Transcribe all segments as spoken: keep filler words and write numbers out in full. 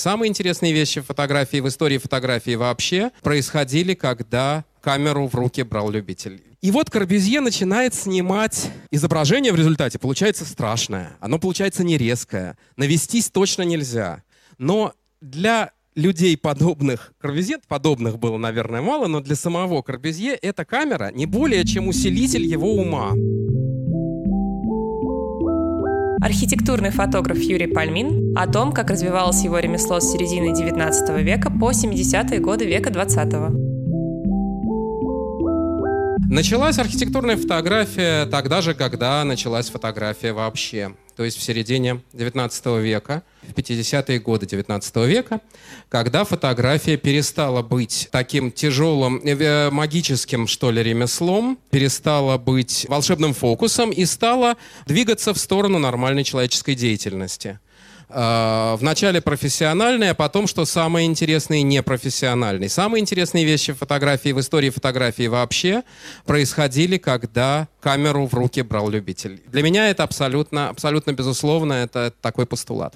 самые интересные вещи в фотографии, в истории фотографии вообще, происходили, когда камеру в руки брал любитель. И вот Корбюзье начинает снимать изображение, в результате получается страшное. Оно получается не резкое. Навестись точно нельзя. Но для людей подобных Корбюзье, подобных было, наверное, мало, но для самого Корбюзье эта камера не более чем усилитель его ума. Архитектурный фотограф Юрий Пальмин о том, как развивалось его ремесло с середины девятнадцатого века по семидесятые годы века двадцатого. Началась архитектурная фотография тогда же, когда началась фотография вообще. То есть в середине девятнадцатого века, в пятидесятые годы девятнадцатого века, когда фотография перестала быть таким тяжелым, э, магическим, что ли, ремеслом, перестала быть волшебным фокусом и стала двигаться в сторону нормальной человеческой деятельности. Вначале профессиональный, а потом, что самое интересное, непрофессиональный. Самые интересные вещи в фотографии, в истории фотографии вообще происходили, когда камеру в руки брал любитель. Для меня это абсолютно, абсолютно безусловно, это такой постулат.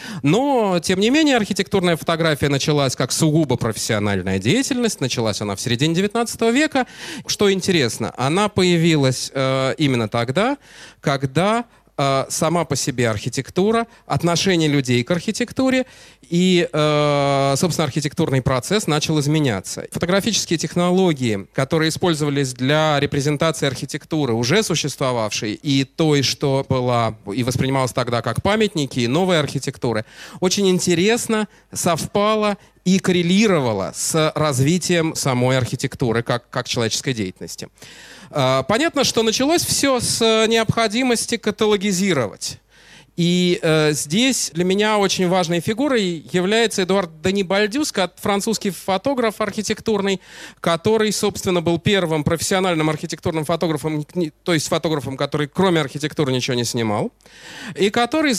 Но, тем не менее, архитектурная фотография началась как сугубо профессиональная деятельность. Началась она в середине девятнадцатого века. Что интересно, она появилась э, именно тогда, когда сама по себе архитектура, отношение людей к архитектуре и, э, собственно, архитектурный процесс начал изменяться. Фотографические технологии, которые использовались для репрезентации архитектуры, уже существовавшей, и той, что была и воспринималась тогда как памятники, и новой архитектуры, очень интересно совпало и коррелировало с развитием самой архитектуры как, как человеческой деятельности. Понятно, что началось все с необходимости каталогизировать. И э, здесь для меня очень важной фигурой является Эдуард Дени Бальдюс, французский фотограф архитектурный, который, собственно, был первым профессиональным архитектурным фотографом, то есть фотографом, который кроме архитектуры ничего не снимал, и который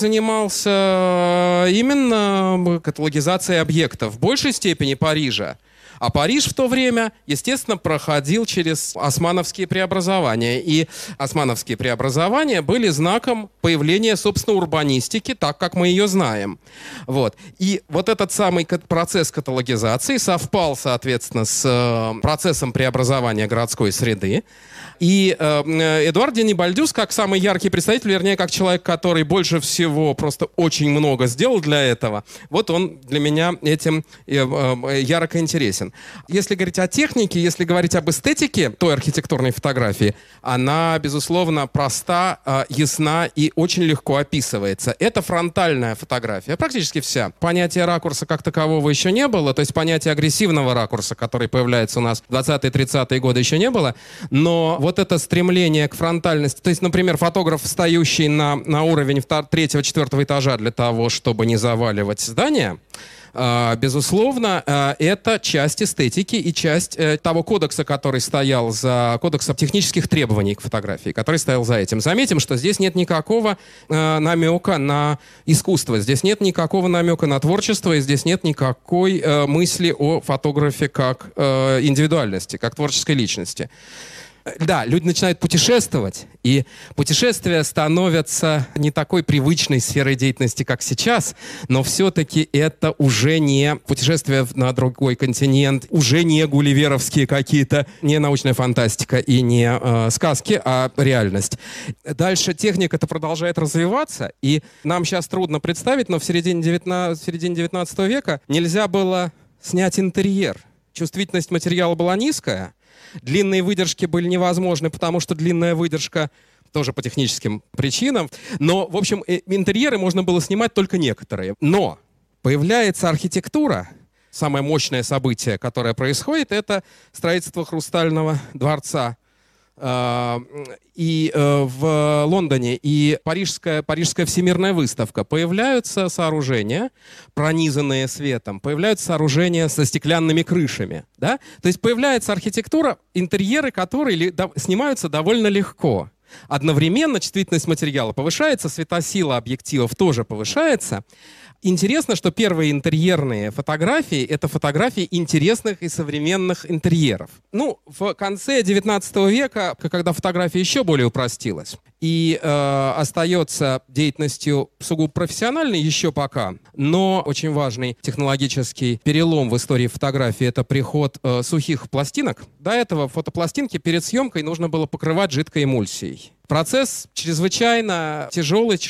занимался именно каталогизацией объектов, в большей степени Парижа. А Париж в то время, естественно, проходил через османовские преобразования. И османовские преобразования были знаком появления, собственно, урбанистики, так как мы ее знаем. Вот. И вот этот самый процесс каталогизации совпал, соответственно, с процессом преобразования городской среды. И э, Эдуард Дени Бальдюс, как самый яркий представитель, вернее, как человек, который больше всего просто очень много сделал для этого, вот он для меня этим э, э, ярко интересен. Если говорить о технике, если говорить об эстетике той архитектурной фотографии, она, безусловно, проста, э, ясна и очень легко описывается. Это фронтальная фотография, практически вся. Понятия ракурса как такового еще не было, то есть понятия агрессивного ракурса, который появляется у нас в двадцатые-тридцатые годы, еще не было, но вот это стремление к фронтальности, то есть, например, фотограф, встающий на, на уровень третьего-четвертого этажа для того, чтобы не заваливать здание, э, безусловно, э, это часть эстетики и часть э, того кодекса, который стоял за кодексом технических требований к фотографии, который стоял за этим. Заметим, что здесь нет никакого э, намека на искусство, здесь нет никакого намека на творчество, и здесь нет никакой э, мысли о фотографе как э, индивидуальности, как творческой личности. Да, люди начинают путешествовать, и путешествия становятся не такой привычной сферой деятельности, как сейчас, но все-таки это уже не путешествия на другой континент, уже не гулливеровские какие-то, не научная фантастика и не э, сказки, а реальность. Дальше техника-то продолжает развиваться, и нам сейчас трудно представить, но в середине девятнадцатого века нельзя было снять интерьер. Чувствительность материала была низкая, длинные выдержки были невозможны, потому что длинная выдержка тоже по техническим причинам. Но, в общем, интерьеры можно было снимать только некоторые. Но появляется архитектура. Самое мощное событие, которое происходит, это строительство Хрустального дворца и в Лондоне, и Парижская, Парижская всемирная выставка. Появляются сооружения, пронизанные светом, появляются сооружения со стеклянными крышами. Да? То есть появляется архитектура, интерьеры, которые снимаются довольно легко. Одновременно чувствительность материала повышается, светосила объективов тоже повышается. Интересно, что первые интерьерные фотографии — это фотографии интересных и современных интерьеров. Ну, в конце девятнадцатого века, когда фотография еще более упростилась, и э, остается деятельностью сугубо профессиональной еще пока, но очень важный технологический перелом в истории фотографии — это приход э, сухих пластинок. До этого фотопластинки перед съемкой нужно было покрывать жидкой эмульсией. Процесс чрезвычайно тяжелый,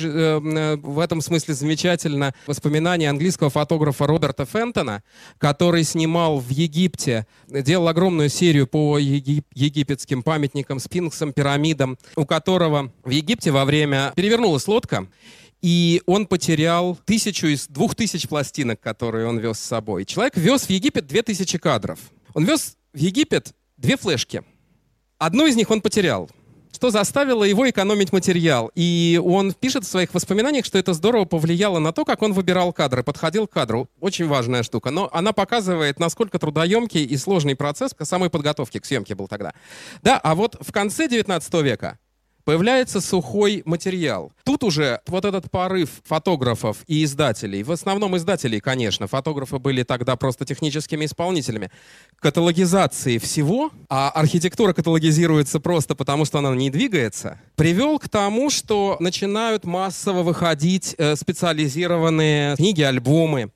в этом смысле замечательно воспоминание английского фотографа Роберта Фентона, который снимал в Египте, делал огромную серию по еги- египетским памятникам, сфинксам, пирамидам, у которого в Египте во время перевернулась лодка, и он потерял тысячу из двух тысяч пластинок, которые он вез с собой. Человек вез в Египет две тысячи кадров. Он вез в Египет две флешки. Одну из них он потерял, что заставило его экономить материал. И он пишет в своих воспоминаниях, что это здорово повлияло на то, как он выбирал кадры, подходил к кадру. Очень важная штука. Но она показывает, насколько трудоемкий и сложный процесс к самой подготовке к съемке был тогда. Да, а вот в конце девятнадцатого века появляется сухой материал. Тут уже вот этот порыв фотографов и издателей, в основном издателей, конечно, фотографы были тогда просто техническими исполнителями, каталогизации всего, а архитектура каталогизируется просто потому, что она не двигается, привел к тому, что начинают массово выходить специализированные книги, альбомы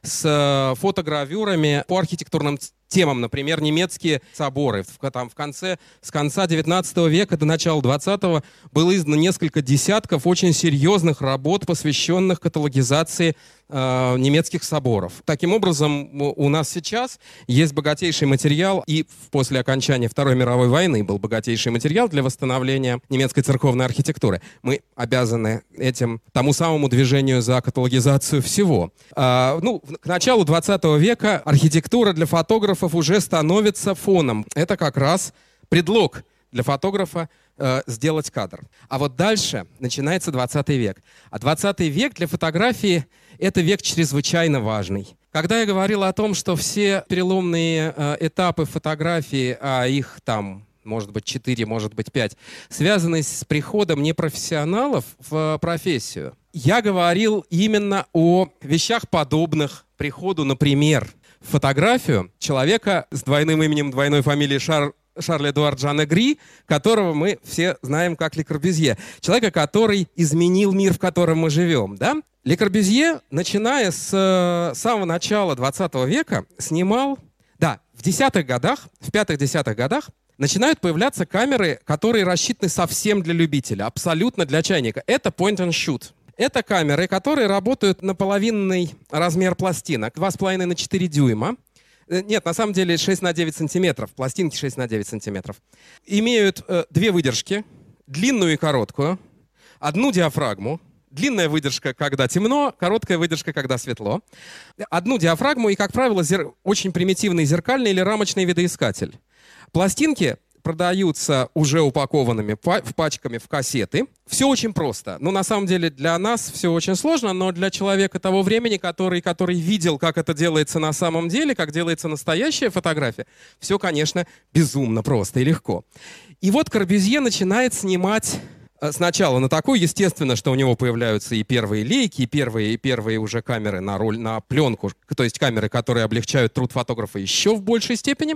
с фотогравюрами по архитектурным темам, например, немецкие соборы. В, там, в конце, с конца девятнадцатого века до начала двадцатого было издано несколько десятков очень серьезных работ, посвященных каталогизации э, немецких соборов. Таким образом, у нас сейчас есть богатейший материал, и после окончания Второй мировой войны был богатейший материал для восстановления немецкой церковной архитектуры. Мы обязаны этим тому самому движению за каталогизацию всего. Э, ну, к началу двадцатого века архитектура для фотографов уже становится фоном. Это как раз предлог для фотографа э, сделать кадр. А вот дальше начинается двадцатый век. А двадцатый век для фотографии — это век чрезвычайно важный. Когда я говорил о том, что все переломные э, этапы фотографии, а их там, может быть, четыре, может быть, пять, связаны с приходом непрофессионалов в профессию, я говорил именно о вещах, подобных приходу, например, фотографию человека с двойным именем, двойной фамилией Шар, Шарль-Эдуард Жан Эгри, которого мы все знаем как Ле Корбюзье. Человека, который изменил мир, в котором мы живем. Да? Ле Корбюзье, начиная с самого начала двадцатого века, снимал... Да, в десятых годах, в пятых-десятых годах начинают появляться камеры, которые рассчитаны совсем для любителя, абсолютно для чайника. Это point and shoot. Это камеры, которые работают на половинный размер пластинок, два с половиной на четыре дюйма. Нет, на самом деле шесть на девять сантиметров, пластинки шесть на девять сантиметров. Имеют э, две выдержки, длинную и короткую, одну диафрагму, длинная выдержка, когда темно, короткая выдержка, когда светло, одну диафрагму и, как правило, зер... очень примитивный зеркальный или рамочный видоискатель. Пластинки продаются уже упакованными в пачками в кассеты. Все очень просто. Ну, на самом деле, для нас все очень сложно, но для человека того времени, который, который видел, как это делается на самом деле, как делается настоящая фотография, все, конечно, безумно просто и легко. И вот Корбюзье начинает снимать сначала на такую, естественно, что у него появляются и первые лейки, и первые, и первые уже камеры на, роль, на пленку, то есть камеры, которые облегчают труд фотографа еще в большей степени.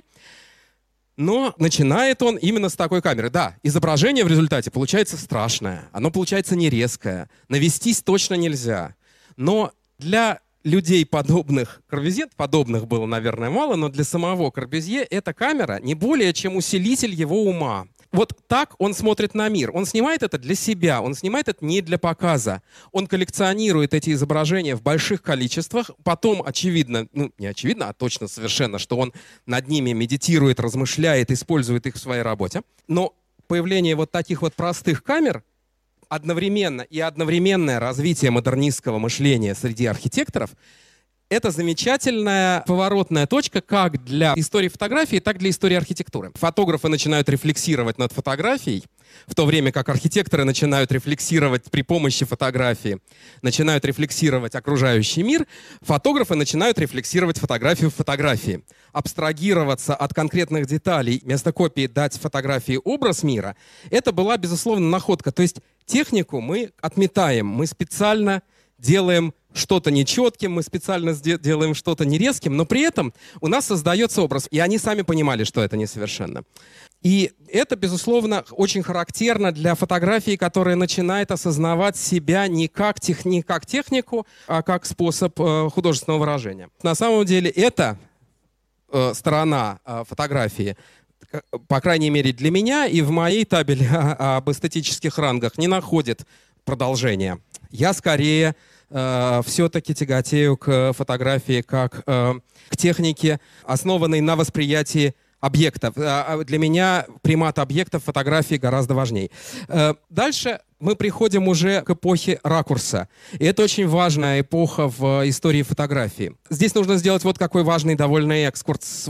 Но начинает он именно с такой камеры. Да, изображение в результате получается страшное, оно получается не резкое, навестись точно нельзя. Но для людей, подобных Корбюзье, подобных было, наверное, мало, но для самого Корбюзье эта камера не более чем усилитель его ума. Вот так он смотрит на мир. Он снимает это для себя, он снимает это не для показа. Он коллекционирует эти изображения в больших количествах. Потом, очевидно, ну не очевидно, а точно совершенно, что он над ними медитирует, размышляет, использует их в своей работе. Но появление вот таких вот простых камер одновременно и одновременное развитие модернистского мышления среди архитекторов — это замечательная поворотная точка как для истории фотографии, так и для истории архитектуры. Фотографы начинают рефлексировать над фотографией, в то время как архитекторы начинают рефлексировать при помощи фотографии, начинают рефлексировать окружающий мир, фотографы начинают рефлексировать фотографию в фотографии. Абстрагироваться от конкретных деталей, вместо копии дать фотографии образ мира — это была, безусловно, находка. То есть технику мы отметаем, мы специально делаем что-то нечетким, мы специально делаем что-то нерезким, но при этом у нас создается образ, и они сами понимали, что это несовершенно. И это, безусловно, очень характерно для фотографии, которая начинает осознавать себя не как, тех, не как технику, а как способ э, художественного выражения. На самом деле эта э, сторона э, фотографии, по крайней мере для меня и в моей табели об эстетических рангах, не находит продолжения. Я скорее э, все-таки тяготею к фотографии как э, к технике, основанной на восприятии объектов. Для меня примат объектов фотографии гораздо важнее. Дальше мы приходим уже к эпохе ракурса. И это очень важная эпоха в истории фотографии. Здесь нужно сделать вот какой важный довольно экскурс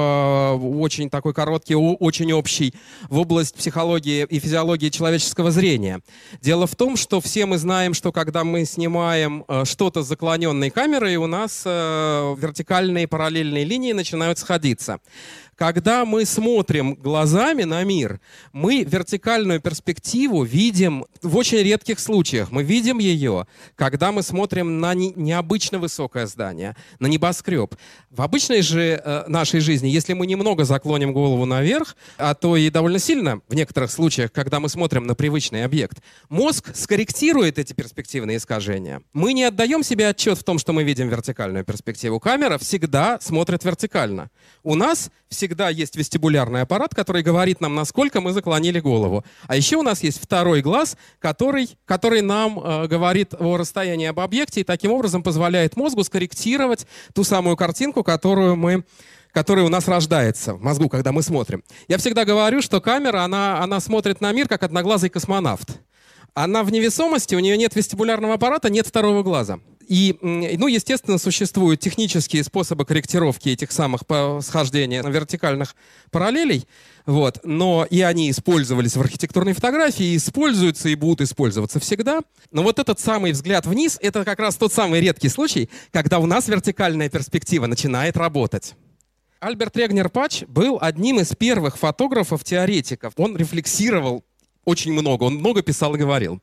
в очень такой короткий, очень общий, в область психологии и физиологии человеческого зрения. Дело в том, что все мы знаем, что когда мы снимаем что-то с заклоненной камерой, у нас вертикальные параллельные линии начинают сходиться. Когда мы смотрим глазами на мир, мы вертикальную перспективу видим в очень редких случаях. Мы видим ее, когда мы смотрим на не, необычно высокое здание, на небоскреб. В обычной же э, нашей жизни, если мы немного заклоним голову наверх, а то и довольно сильно в некоторых случаях, когда мы смотрим на привычный объект, мозг скорректирует эти перспективные искажения. Мы не отдаем себе отчет в том, что мы видим вертикальную перспективу. Камера всегда смотрит вертикально. У нас всегда есть вестибулярный аппарат, который говорит нам, насколько мы заклонили голову. А еще у нас есть второй глаз, который, который нам э, говорит о расстоянии об объекте и таким образом позволяет мозгу скорректировать ту самую картинку, которую мы, которая у нас рождается в мозгу, когда мы смотрим. Я всегда говорю, что камера, она, она смотрит на мир, как одноглазый космонавт. Она в невесомости, у нее нет вестибулярного аппарата, нет второго глаза. И, ну, естественно, существуют технические способы корректировки этих самых схождений вертикальных параллелей, вот, но и они использовались в архитектурной фотографии, и используются, и будут использоваться всегда. Но вот этот самый взгляд вниз — это как раз тот самый редкий случай, когда у нас вертикальная перспектива начинает работать. Альберт Регнер-Пач был одним из первых фотографов-теоретиков. Он рефлексировал очень много, он много писал и говорил.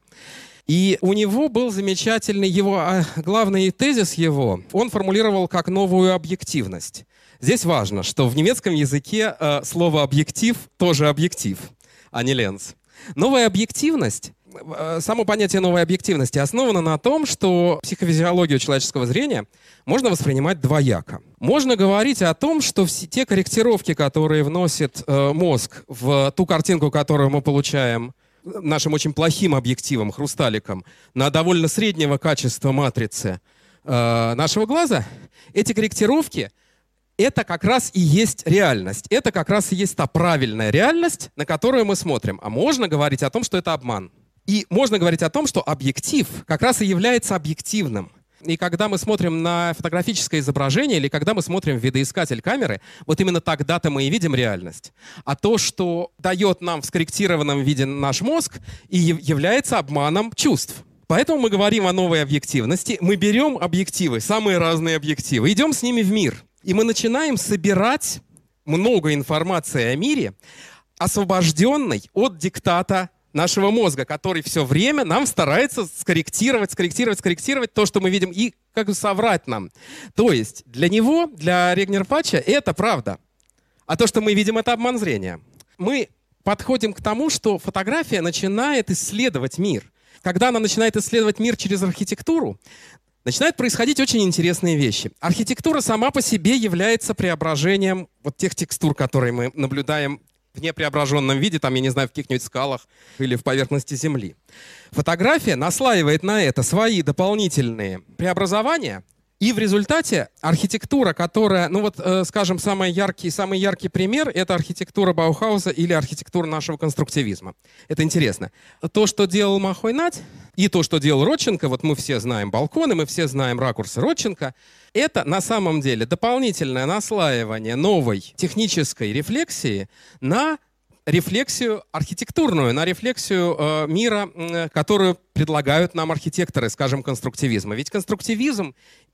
И у него был замечательный его, главный тезис его, он формулировал как новую объективность. Здесь важно, что в немецком языке э, слово «объектив» тоже объектив, а не ленз. Новая объективность, э, само понятие новой объективности основано на том, что психофизиологию человеческого зрения можно воспринимать двояко. Можно говорить о том, что все те корректировки, которые вносит э, мозг в ту картинку, которую мы получаем нашим очень плохим объективом, хрусталиком, на довольно среднего качества матрицы э, нашего глаза, эти корректировки — это как раз и есть реальность. Это как раз и есть та правильная реальность, на которую мы смотрим. А можно говорить о том, что это обман. И можно говорить о том, что объектив как раз и является объективным. И когда мы смотрим на фотографическое изображение или когда мы смотрим в видоискатель камеры, вот именно тогда-то мы и видим реальность. А то, что дает нам в скорректированном виде наш мозг, и является обманом чувств. Поэтому мы говорим о новой объективности. Мы берем объективы, самые разные объективы, идем с ними в мир. И мы начинаем собирать много информации о мире, освобожденной от диктата нашего мозга, который все время нам старается скорректировать, скорректировать, скорректировать то, что мы видим, и как бы соврать нам. То есть для него, для Регнер-Пача, это правда. А то, что мы видим, это обман зрения. Мы подходим к тому, что фотография начинает исследовать мир. Когда она начинает исследовать мир через архитектуру, начинают происходить очень интересные вещи. Архитектура сама по себе является преображением вот тех текстур, которые мы наблюдаем в непреображенном виде, там, я не знаю, в каких-нибудь скалах или в поверхности Земли. Фотография наслаивает на это свои дополнительные преобразования, и в результате архитектура, которая, ну вот, э, скажем, самый яркий, самый яркий пример — это архитектура Баухауса или архитектура нашего конструктивизма. Это интересно. То, что делал Махой Нать, и то, что делал Родченко, вот мы все знаем балконы, мы все знаем ракурсы Родченко, это на самом деле дополнительное наслаивание новой технической рефлексии на рефлексию архитектурную, на рефлексию э, мира, э, которую предлагают нам архитекторы, скажем, конструктивизма. Ведь конструктивизм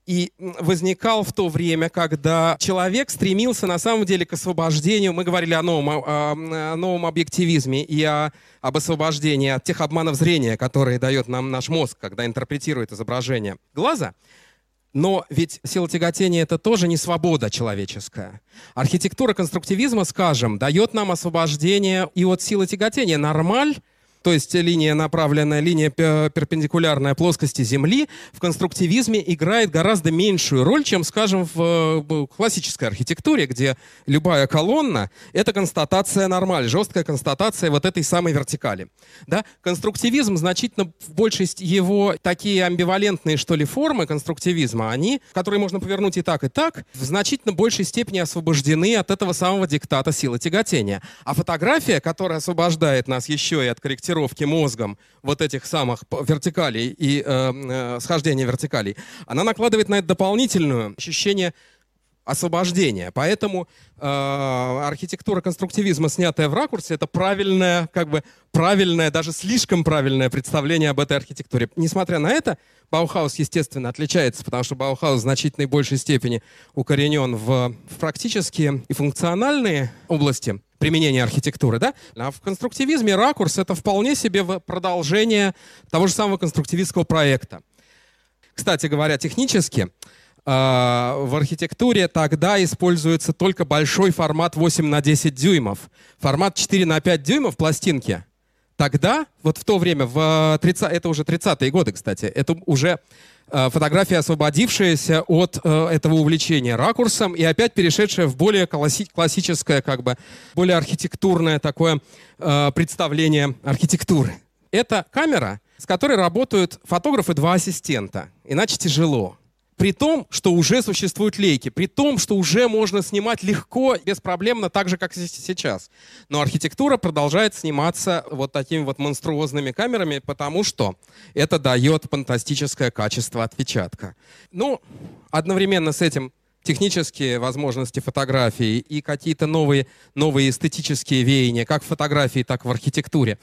и возникал в то время, когда человек стремился на самом деле к освобождению. Мы говорили о новом, о, о новом объективизме и о, об освобождении от тех обманов зрения, которые дает нам наш мозг, когда интерпретирует изображение глаза. Но ведь сила тяготения — это тоже не свобода человеческая. Архитектура конструктивизма, скажем, дает нам освобождение и от силы тяготения. Нормаль, то есть линия направленная, линия перпендикулярная плоскости Земли, в конструктивизме играет гораздо меньшую роль, чем, скажем, в классической архитектуре, где любая колонна — это констатация нормаль, жесткая констатация вот этой самой вертикали. Да? Конструктивизм значительно в большей степени, его такие амбивалентные, что ли, формы конструктивизма, они, которые можно повернуть и так, и так, в значительно большей степени освобождены от этого самого диктата силы тяготения. А фотография, которая освобождает нас еще и от корректировки мозгом вот этих самых вертикалей и э, э, схождения вертикалей, она накладывает на это дополнительное ощущение освобождения. Поэтому э, архитектура конструктивизма, снятая в ракурсе, это правильное, как бы правильное, даже слишком правильное представление об этой архитектуре. Несмотря на это, Баухаус, естественно, отличается, потому что Баухаус в значительной большей степени укоренен в, в практические и функциональные области применения архитектуры, да? А в конструктивизме ракурс — это вполне себе продолжение того же самого конструктивистского проекта. Кстати говоря, технически э, в архитектуре тогда используется только большой формат восемь на десять дюймов. Формат четыре на пять дюймов пластинки. Тогда, вот в то время, в тридцатые, это уже тридцатые годы, кстати, это уже э, фотография, освободившаяся от э, этого увлечения ракурсом и опять перешедшая в более класси классическое, как бы, более архитектурное такое э, представление архитектуры. Это камера, с которой работают фотографы два ассистента, иначе тяжело. При том, что уже существуют лейки, при том, что уже можно снимать легко, беспроблемно, так же, как и сейчас. Но архитектура продолжает сниматься вот такими вот монструозными камерами, потому что это дает фантастическое качество отпечатка. Ну, одновременно с этим технические возможности фотографии и какие-то новые, новые эстетические веяния, как в фотографии, так и в архитектуре,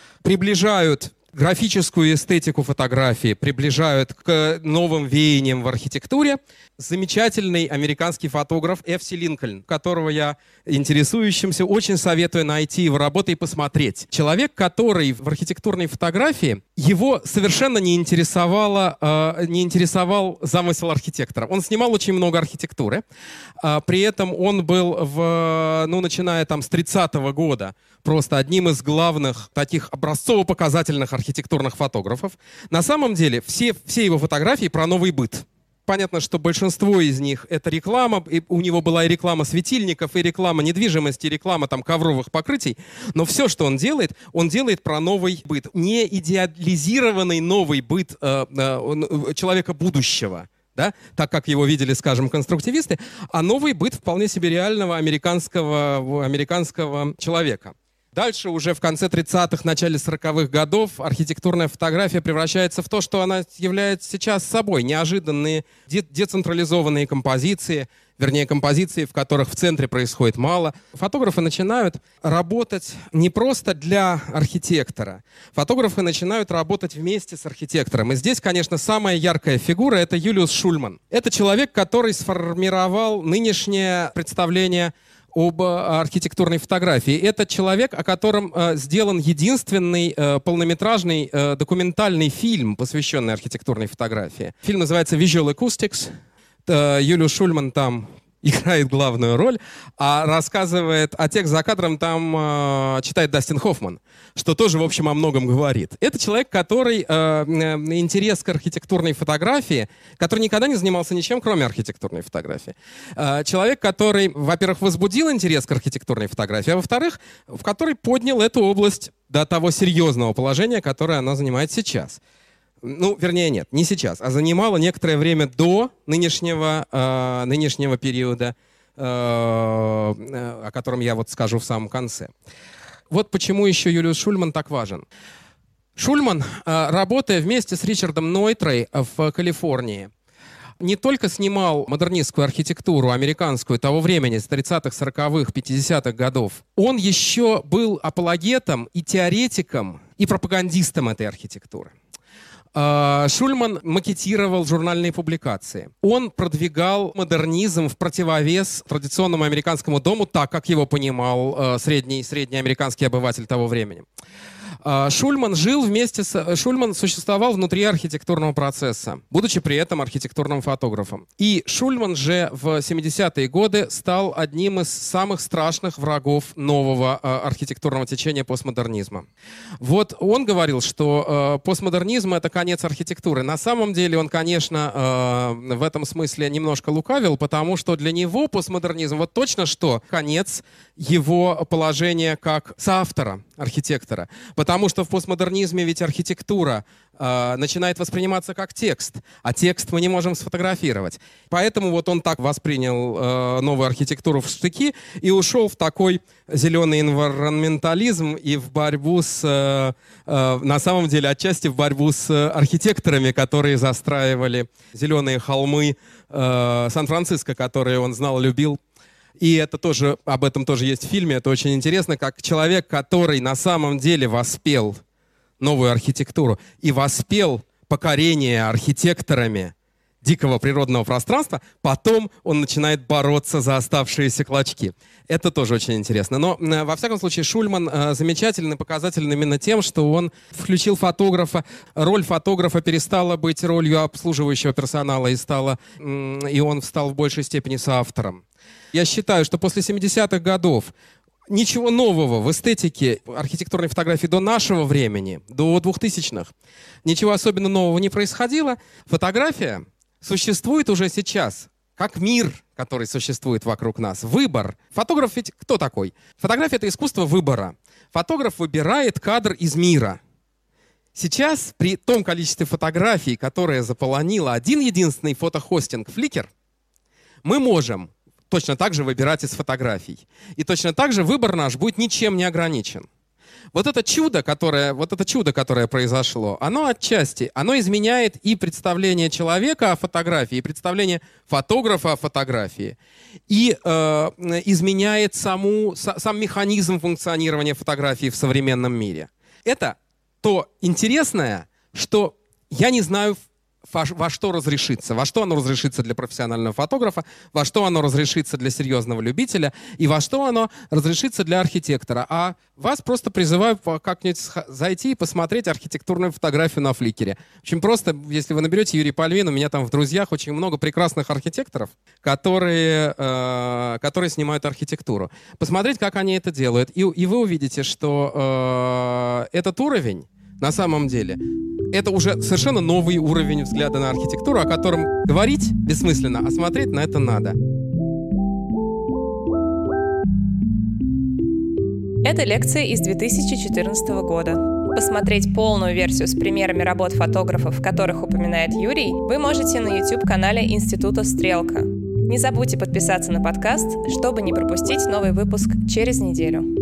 приближают графическую эстетику фотографии, приближают к новым веяниям в архитектуре. Замечательный американский фотограф Эф Си Линкольн, которого я интересующимся очень советую найти его работы и посмотреть. Человек, который в архитектурной фотографии, его совершенно не, интересовало, э, не интересовал замысел архитектора. Он снимал очень много архитектуры. Э, при этом он был, в, ну, начиная там, с тридцатого года, просто одним из главных таких образцово-показательных архитектурных фотографов. На самом деле все, все его фотографии про новый быт. Понятно, что большинство из них — это реклама. И у него была и реклама светильников, и реклама недвижимости, и реклама там, ковровых покрытий. Но все, что он делает, он делает про новый быт. Не идеализированный новый быт э, э, человека будущего. Да? Так как его видели, скажем, конструктивисты, а новый быт вполне себе реального американского, американского человека. Дальше уже в конце тридцатых, начале сороковых годов архитектурная фотография превращается в то, что она является сейчас собой. Неожиданные де децентрализованные композиции, вернее, композиции, в которых в центре происходит мало. Фотографы начинают работать не просто для архитектора. Фотографы начинают работать вместе с архитектором. И здесь, конечно, самая яркая фигура — это Юлиус Шульман. Это человек, который сформировал нынешнее представление об архитектурной фотографии. Это человек, о котором э, сделан единственный э, полнометражный э, документальный фильм, посвященный архитектурной фотографии. Фильм называется «Visual Acoustics». Э, Юлиус Шульман там играет главную роль, а рассказывает, а текст за кадром там э, читает Дастин Хоффман, что тоже, в общем, о многом говорит. Это человек, который э, интерес к архитектурной фотографии, который никогда не занимался ничем, кроме архитектурной фотографии. Э, человек, который, во-первых, возбудил интерес к архитектурной фотографии, а во-вторых, в который поднял эту область до того серьезного положения, которое она занимает сейчас. Ну, вернее, нет, не сейчас, а занимала некоторое время до нынешнего, э, нынешнего периода, э, о котором я вот скажу в самом конце. Вот почему еще Юлиус Шульман так важен. Шульман, э, работая вместе с Ричардом Нойтрой в Калифорнии, не только снимал модернистскую архитектуру американскую того времени, с тридцатых, сороковых, пятидесятых годов, он еще был апологетом и теоретиком, и пропагандистом этой архитектуры. Шульман макетировал журнальные публикации. Он продвигал модернизм в противовес традиционному американскому дому, так, как его понимал средний, средний американский обыватель того времени. Шульман жил вместе с... Шульман существовал внутри архитектурного процесса, будучи при этом архитектурным фотографом. И Шульман же в семидесятые годы стал одним из самых страшных врагов нового э, архитектурного течения постмодернизма. Вот он говорил, что э, постмодернизм — это конец архитектуры. На самом деле он, конечно, э, в этом смысле немножко лукавил, потому что для него постмодернизм вот точно что конец его положения как соавтора, архитектора. Потому что в постмодернизме ведь архитектура э, начинает восприниматься как текст, а текст мы не можем сфотографировать. Поэтому вот он так воспринял э, новую архитектуру в штыки и ушел в такой зеленый энвайронментализм и в борьбу с, э, э, на самом деле, отчасти в борьбу с архитекторами, которые застраивали зеленые холмы э, Сан-Франциско, которые он знал, любил. И это тоже, об этом тоже есть в фильме. Это очень интересно, как человек, который на самом деле воспел новую архитектуру и воспел покорение архитекторами дикого природного пространства, потом он начинает бороться за оставшиеся клочки. Это тоже очень интересно. Но, во всяком случае, Шульман э, замечательный, показательный именно тем, что он включил фотографа. Роль фотографа перестала быть ролью обслуживающего персонала, и, стала, э, и он стал в большей степени соавтором. Я считаю, что после семидесятых годов ничего нового в эстетике архитектурной фотографии до нашего времени, до двухтысячных, ничего особенно нового не происходило. Фотография существует уже сейчас, как мир, который существует вокруг нас. Выбор. Фотограф ведь кто такой? Фотография — это искусство выбора. Фотограф выбирает кадр из мира. Сейчас при том количестве фотографий, которое заполонило один единственный фотохостинг Flickr, мы можем точно так же выбирать из фотографий. И точно так же выбор наш будет ничем не ограничен. Вот это чудо, которое, вот это чудо, которое произошло, оно отчасти, оно изменяет и представление человека о фотографии, и представление фотографа о фотографии, и э, изменяет саму, сам механизм функционирования фотографии в современном мире. Это то интересное, что я не знаю, во что разрешится, во что оно разрешится для профессионального фотографа, во что оно разрешится для серьезного любителя и во что оно разрешится для архитектора. А вас просто призываю как-нибудь зайти и посмотреть архитектурную фотографию на Фликере. Очень просто, если вы наберете Юрий Пальмин, у меня там в друзьях очень много прекрасных архитекторов, которые, э, которые снимают архитектуру. Посмотреть, как они это делают, и, и вы увидите, что э, этот уровень на самом деле это уже совершенно новый уровень взгляда на архитектуру, о котором говорить бессмысленно, а смотреть на это надо. Это лекция из две тысячи четырнадцатого года. Посмотреть полную версию с примерами работ фотографов, которых упоминает Юрий, вы можете на YouTube-канале Института «Стрелка». Не забудьте подписаться на подкаст, чтобы не пропустить новый выпуск через неделю.